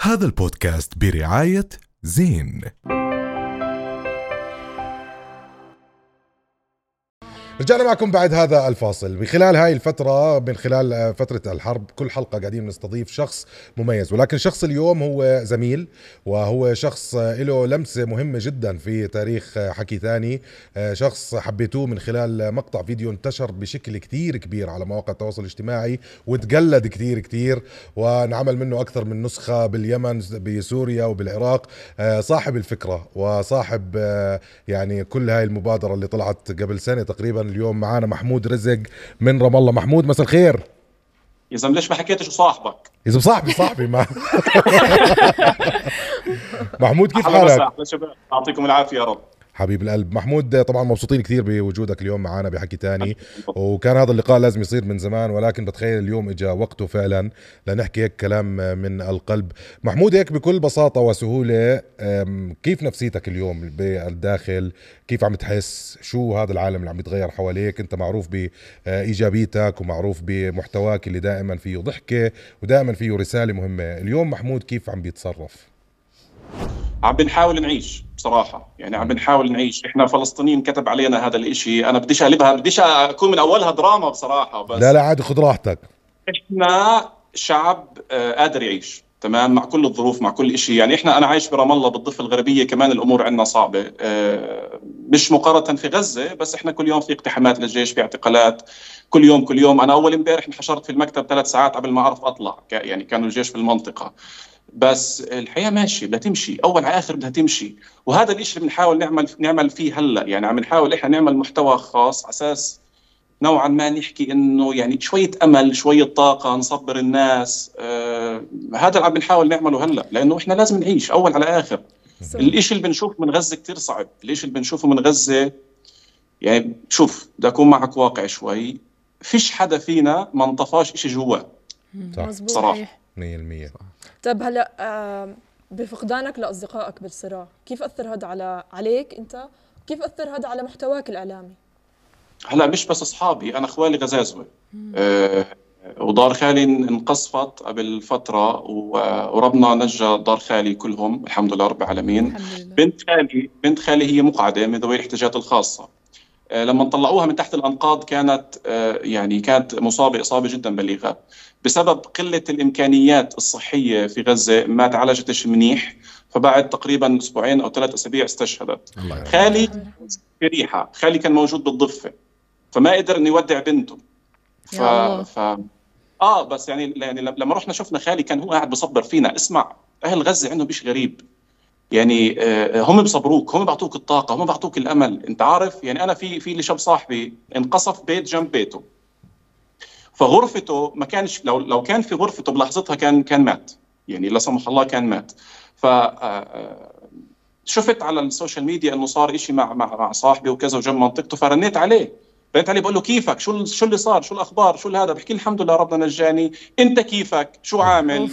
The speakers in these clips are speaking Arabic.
هذا البودكاست برعاية زين. رجعنا معكم بعد هذا الفاصل. بخلال هاي الفترة، من خلال فترة الحرب، كل حلقة قاعدين نستضيف شخص مميز، ولكن شخص اليوم هو زميل، وهو شخص له لمسة مهمة جدا في تاريخ حكي ثاني. شخص حبيتوه من خلال مقطع فيديو انتشر بشكل كتير كبير على مواقع التواصل الاجتماعي وتقلد كتير، ونعمل منه أكثر من نسخة باليمن، بسوريا وبالعراق. صاحب الفكرة وصاحب يعني كل هاي المبادرة اللي طلعت قبل سنة تقريبا. اليوم معانا محمود رزق من رام الله. محمود، مساء الخير. يا زلمه ليش ما حكيتش وصاحبك؟ إذا صاحبي ما محمود، كيف حالك؟ أهلا شباب، يعطيكم العافية يا رب. حبيب القلب محمود، طبعا مبسوطين كثير بوجودك اليوم معنا بحكي تاني، وكان هذا اللقاء لازم يصير من زمان، ولكن بتخيل اليوم اجا وقته فعلا لنحكي هيك كلام من القلب. محمود، هيك بكل بساطة وسهولة، كيف نفسيتك اليوم بالداخل؟ كيف عم تحس؟ شو هذا العالم اللي عم يتغير حواليك؟ انت معروف بإيجابيتك ومعروف بمحتواك اللي دائما فيه ضحكة ودائما فيه رسالة مهمة. اليوم محمود كيف عم بيتصرف؟ عم بنحاول نعيش بصراحة، يعني عم بنحاول نعيش. احنا فلسطينيين كتب علينا هذا الاشي، انا بديش اقلبها، بديش اكون من اولها دراما بصراحة، بس لا عادي، خذ راحتك. احنا شعب قادر يعيش تمام مع كل الظروف، مع كل اشي. يعني انا عايش برام الله بالضفة الغربية، كمان الامور عندنا صعبة، مش مقارنة في غزة، بس احنا كل يوم في اقتحامات للجيش، في اعتقالات كل يوم. انا اول امبارح انحشرت في المكتب 3 ساعات قبل ما اعرف اطلع، يعني كانوا الجيش في المنطقة. بس الحياة ماشي، بدها تمشي، أول على آخر بدها تمشي. وهذا الإشي اللي بنحاول نعمل فيه هلأ. يعني عم نحاول إحنا نعمل محتوى خاص على أساس نوعا ما نحكي إنه يعني شوية أمل، شوية طاقة، نصبر الناس. هذا اللي عم بنحاول نعمله هلأ، لأنه إحنا لازم نعيش أول على آخر. الإشي اللي بنشوفه من غزة كتير صعب. الإشي اللي بنشوفه من غزة، يعني شوف، بدي أكون معك واقع شوي، فيش حدا فينا ما انطفاش إشي جواه صراحة 100%. طب هلا بفقدانك لأصدقائك بالصراع، كيف أثر هذا عليك أنت؟ كيف أثر هذا على محتواك الإعلامي؟ هلا مش بس أصحابي، أنا أخوالي غزازوة، ودار خالي انقصفت قبل فترة، وربنا نجى دار خالي كلهم الحمد لله رب العالمين. بنت خالي هي مقعدة من ذوي الاحتياجات الخاصة. لما طلعوها من تحت الأنقاض كانت مصابة إصابة جدا بليغة بسبب قلة الإمكانيات الصحية في غزة، ما تعالجتش منيح، فبعد تقريبا 2 أو 3 أسابيع استشهدت. خالي في ريحة، خالي كان موجود بالضفة، فما قدر إنه يودع بنته. بس يعني لما رحنا شفنا خالي كان هو قاعد بصبر فينا. اسمع، أهل غزة عندهم شيء غريب، يعني هم بصبروك، هم بعطوك الطاقة، هم بعطوك الأمل. أنت عارف، يعني أنا في لي شاب صاحبي انقصف بيت جنب بيته، فغرفته ما كانش، لو كان في غرفته بلحظتها كان مات، يعني لا سمح الله كان مات. شفت على السوشيال ميديا انه صار إشي مع صاحبي وكذا وجنب منطقته، فرنيت عليه بقول له كيفك، شو اللي صار، شو الاخبار، شو هذا؟ بحكي الحمد لله ربنا نجاني. انت كيفك، شو عامل؟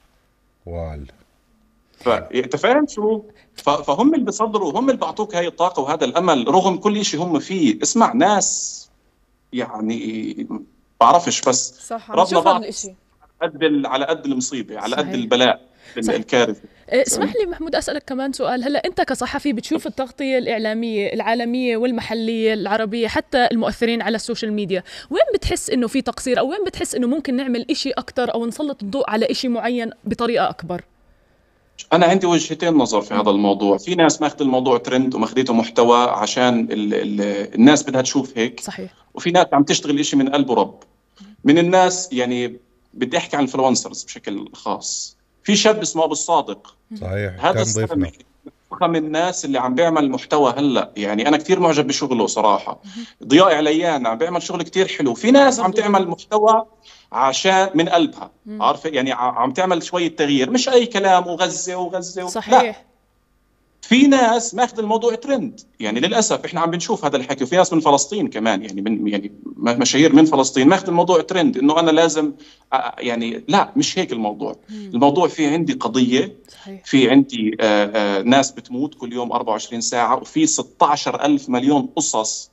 انت فاهم شو؟ فهم اللي بيصدروا، هم اللي بعطوك هاي الطاقه وهذا الامل رغم كل شيء هم فيه. اسمع، ناس يعني بعرفش، بس صح، ربنا بعض على قد المصيبه، على قد البلاء، الكارثه. اسمح لي محمود أسألك كمان سؤال. هلا أنت كصحفي بتشوف التغطية الإعلامية العالمية والمحلية العربية، حتى المؤثرين على السوشيال ميديا، وين بتحس إنه في تقصير، أو وين بتحس إنه ممكن نعمل إشي أكتر أو نسلط الضوء على إشي معين بطريقة أكبر؟ أنا عندي وجهتين نظر في هذا الموضوع. في ناس ماخذ الموضوع ترند وماخذيته محتوى عشان الناس بدها تشوف هيك، صحيح. وفي ناس عم تشتغل إشي من قلب ورب. من الناس، يعني بدي أحكي عن الانفلونسرز بشكل خاص. في شاب اسمه أبو الصادق، صحيح، هذا من الناس اللي عم بيعمل محتوى هلأ. يعني أنا كتير معجب بشغله صراحة. ضياء عليان عم بيعمل شغل كتير حلو. في ناس عم تعمل محتوى عشان من قلبها، عارفة، يعني عم تعمل شوية تغيير، مش أي كلام وغزة صحيح. لا. في ناس ماخذ الموضوع ترند، يعني للأسف إحنا عم بنشوف هذا الحكي. وفي ناس من فلسطين كمان، يعني مشاهير من فلسطين ماخذ الموضوع ترند، إنه أنا لازم يعني لا، مش هيك الموضوع. الموضوع في عندي قضية، في عندي ناس بتموت كل يوم 24 ساعة، وفي 16,000 مليون قصص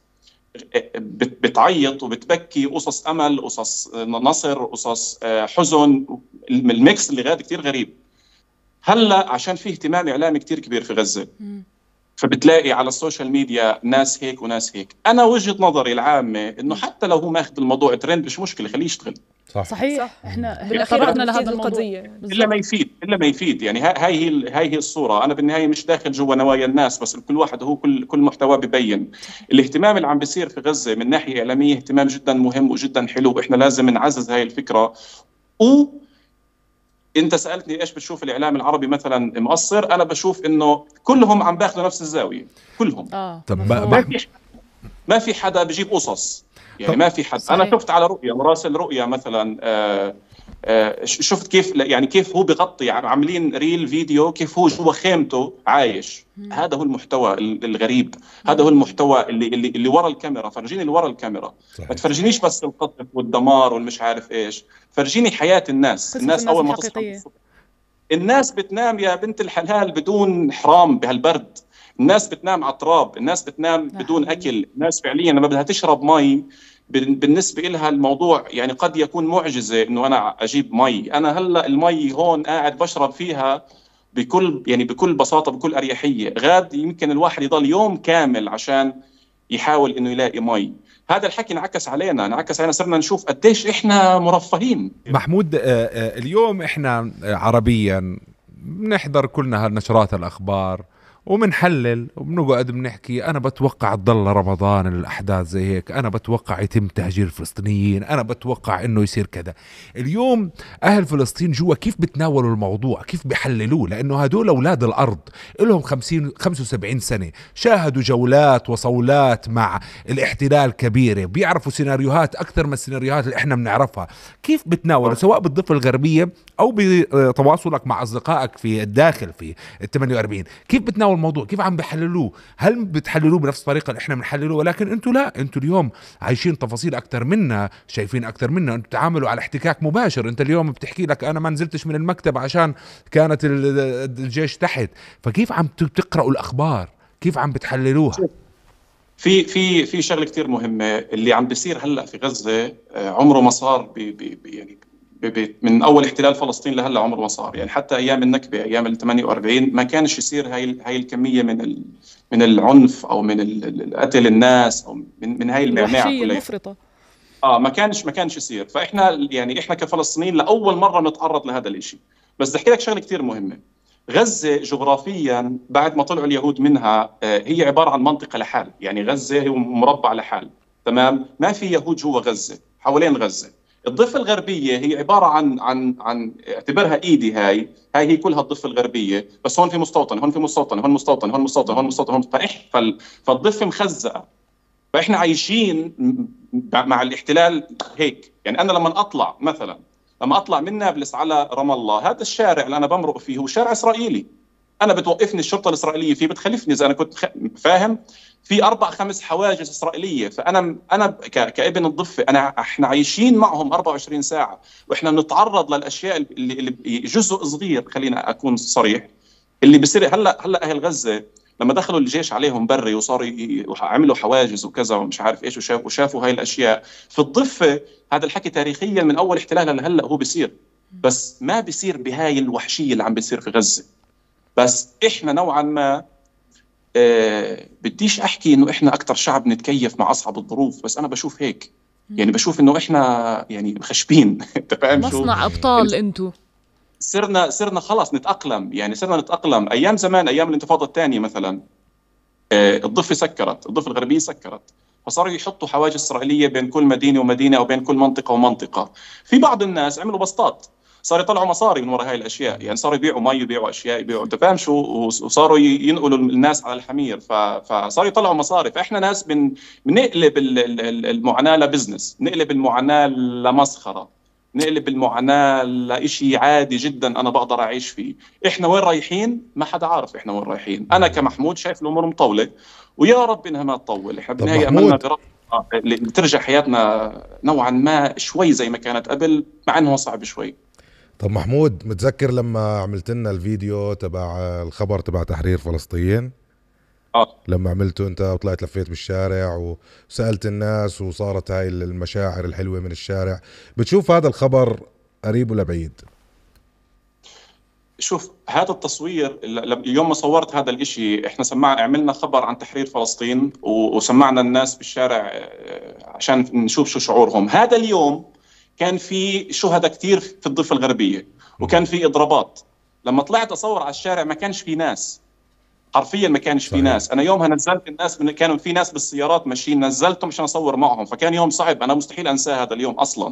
بتعيط وبتبكي، قصص أمل، قصص نصر، قصص حزن، الميكس اللي غادي كتير غريب. هلا عشان في اهتمام اعلامي كتير كبير في غزه، فبتلاقي على السوشيال ميديا ناس هيك وناس هيك. انا وجهة نظري العامة انه حتى لو هو ماخذ الموضوع ترند مش مشكلة، خليه يشتغل. صحيح. احنا بالاخير تعرضنا لهذا الموضوع الا ما يفيد يعني. هاي هي الصورة. انا بالنهاية مش داخل جوا نوايا الناس، بس كل واحد هو كل محتواه ببين. الاهتمام اللي عم بيصير في غزة من ناحية إعلامية اهتمام جدا مهم وجدا حلو، واحنا لازم نعزز هاي الفكرة. انت سالتني ايش بتشوف الاعلام العربي مثلا مقصر؟ انا بشوف انه كلهم عم باخذوا نفس الزاويه، كلهم. طب ما في حدا بجيب قصص يعني، ما في حد. انا شفت على رؤيا مراسل رؤيا مثلا، شفت كيف يعني كيف هو بغطي، عاملين ريل فيديو كيف هو جوا خيمته عايش. هذا هو المحتوى الغريب، هذا هو المحتوى اللي ورا الكاميرا. فرجيني اللي ورا الكاميرا، ما تفرجينيش بس القصف والدمار والمش عارف ايش، فرجيني حياة الناس. الناس اول ما تصحى الناس بتنام يا بنت الحلال بدون حرام بهالبرد، الناس بتنام على التراب، الناس بتنام بدون اكل، الناس فعليا لما بدها تشرب مي بالنسبه لها الموضوع يعني قد يكون معجزه انه انا اجيب مي. انا هلا المي هون قاعد بشرب فيها بكل بساطه بكل اريحيه. غاد يمكن الواحد يضل يوم كامل عشان يحاول انه يلاقي مي. هذا الحكي انعكس علينا، صرنا نشوف قديش احنا مرفهين. محمود، اليوم احنا عربيا بنحضر كلنا هالنشرات الاخبار وبنحلل وبنقعد بنحكي. أنا بتوقع تضل رمضان الأحداث زي هيك، أنا بتوقع يتم تهجير الفلسطينيين، أنا بتوقع إنه يصير كذا. اليوم أهل فلسطين جوا كيف بتناولوا الموضوع، كيف بيحللوه؟ لأنه هدول أولاد الأرض لهم 50-75 سنة، شاهدوا جولات وصولات مع الاحتلال كبيرة، بيعرفوا سيناريوهات أكثر من السيناريوهات اللي إحنا بنعرفها. كيف بتناولوا سواء بالضفة الغربية أو بتواصلك مع أصدقائك في الداخل في 48؟ كيف بتناول الموضوع؟ كيف عم بحللوه؟ هل بتحللوه بنفس الطريقة اللي احنا بنحللوه؟ ولكن انتوا لا، انتوا اليوم عايشين تفاصيل اكثر منا، شايفين اكثر منا، انتوا بتتعاملوا على احتكاك مباشر. انت اليوم بتحكي لك انا ما نزلتش من المكتب عشان كانت الجيش تحت. فكيف عم تقرأوا الاخبار؟ كيف عم بتحللوها؟ في شغله كتير مهمه اللي عم بيصير هلا في غزه، عمره ما صار يعني من اول احتلال فلسطين لهلا عمره ما صار. يعني حتى ايام النكبه، ايام ال 48 ما كانش يصير هاي الكميه من العنف او من قتل الناس او من هاي المعمعه كلها المفرطه. ما كانش يصير. فاحنا يعني احنا كفلسطينيين لاول مره نتعرض لهذا الشيء. بس بدي احكي لك شغله كثير مهمه. غزه جغرافيا بعد ما طلعوا اليهود منها هي عباره عن منطقه لحال، يعني غزه هو مربع لحال، تمام؟ ما في يهود جوا غزه، حوالين غزه. الضفة الغربية هي عبارة عن اعتبرها ايدي، هاي هي كلها الضفة الغربية، بس هون في مستوطن، هون في مستوطن، هون مستوطن، هون مستوطن، هون مستوطن، فالضفة مخزقة. فاحنا عايشين مع الاحتلال هيك. يعني انا لما اطلع من نابلس على رام الله، هذا الشارع اللي انا بمرق فيه هو شارع اسرائيلي. انا بتوقفني الشرطه الاسرائيليه فيه، بتخلفني اذا انا كنت فاهم. في 4-5 حواجز اسرائيليه. فانا كابن الضفه، احنا عايشين معهم 24 ساعه، واحنا بنتعرض للاشياء اللي جزء صغير. خلينا اكون صريح، اللي بصير هلا اهل غزه لما دخلوا الجيش عليهم بري وصاروا عملوا حواجز وكذا ومش عارف ايش، وشافوا هاي الاشياء في الضفه. هذا الحكي تاريخيا من اول احتلال لهلا هو بيصير، بس ما بيصير بهاي الوحشيه اللي عم بيصير في غزه. بس احنا نوعا ما بديش احكي انه احنا اكثر شعب نتكيف مع اصعب الظروف، بس انا بشوف هيك. يعني بشوف انه احنا يعني خشبين. انت فاهم شو؟ مصنع ابطال انتو. صرنا خلاص نتاقلم. يعني صرنا نتاقلم. ايام زمان، ايام الانتفاضه الثانيه مثلا، الضفه الغربيه سكرت، فصاروا يحطوا حواجز اسرائيليه بين كل مدينه ومدينه او بين كل منطقه ومنطقه. في بعض الناس عملوا بسطات، صاروا يطلعوا مصاري من وراء هاي الاشياء. يعني صاروا يبيعوا مي، يبيعوا اشياء، يبيعوا، انت فاهم شو؟ وصاروا ينقلوا الناس على الحمير، فصاروا يطلعوا مصاري. فاحنا ناس بنقلب المعاناه لبزنس، نقلب المعاناه لمسخره، نقلب المعاناه لإشي عادي جدا انا بقدر اعيش فيه. احنا وين رايحين؟ ما حدا عارف احنا وين رايحين. انا كمحمود شايف الامور مطوله، ويا رب انها ما تطول. احنا بالنهايه املنا ترجع حياتنا نوعا ما شوي زي ما كانت قبل، مع انه صعب شوي. طب محمود، متذكر لما عملت لنا الفيديو تبع الخبر تبع تحرير فلسطين؟ لما عملته انت وطلعت لفيت بالشارع وسألت الناس وصارت هاي المشاعر الحلوة من الشارع، بتشوف هذا الخبر قريب ولا بعيد؟ شوف هذا التصوير اليوم ما صورت هذا الاشي، احنا عملنا خبر عن تحرير فلسطين وسمعنا الناس بالشارع عشان نشوف شو شعورهم. هذا اليوم كان في شهداء كتير في الضفة الغربية وكان في إضرابات. لما طلعت أصور على الشارع ما كانش في ناس، حرفيا ما كانش في ناس. أنا يومها نزلت الناس كانوا في ناس بالسيارات ماشيين، نزلتهم عشان أصور معهم، فكان يوم صعب، أنا مستحيل أنساه هذا اليوم أصلا.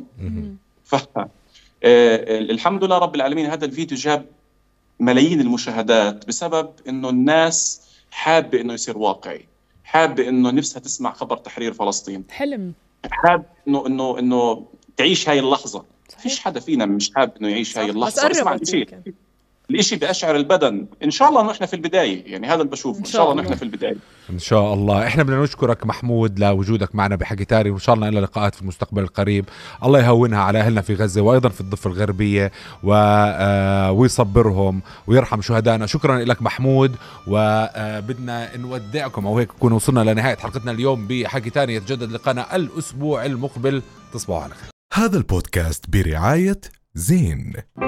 الحمد لله رب العالمين هذا الفيديو جاب ملايين المشاهدات بسبب إنه الناس حابة إنه يصير واقعي، حابة إنه نفسها تسمع خبر تحرير فلسطين، حلم، حاب إنه تعيش هاي اللحظة. فيش حدا فينا مش حابب إنه يعيش هاي اللحظة. اسمع الإشي بأشعر البدن. إن شاء الله نحن في البداية، يعني هذا اللي بشوفه. إن شاء الله نحن في البداية إن شاء الله. إحنا بدنا نشكرك محمود لوجودك معنا بحكي تاري، وإن شاء الله لنا لقاءات في المستقبل القريب. الله يهونها على أهلنا في غزة وأيضا في الضفة الغربية ويصبرهم ويرحم شهدائنا. شكرا لك محمود، وبدنا نودعكم أو هيك نكون وصلنا لنهاية حلقتنا اليوم بحكي تاري. يتجدد لقاءنا الأسبوع المقبل. تصبحوا على خير. هذا البودكاست برعاية زين.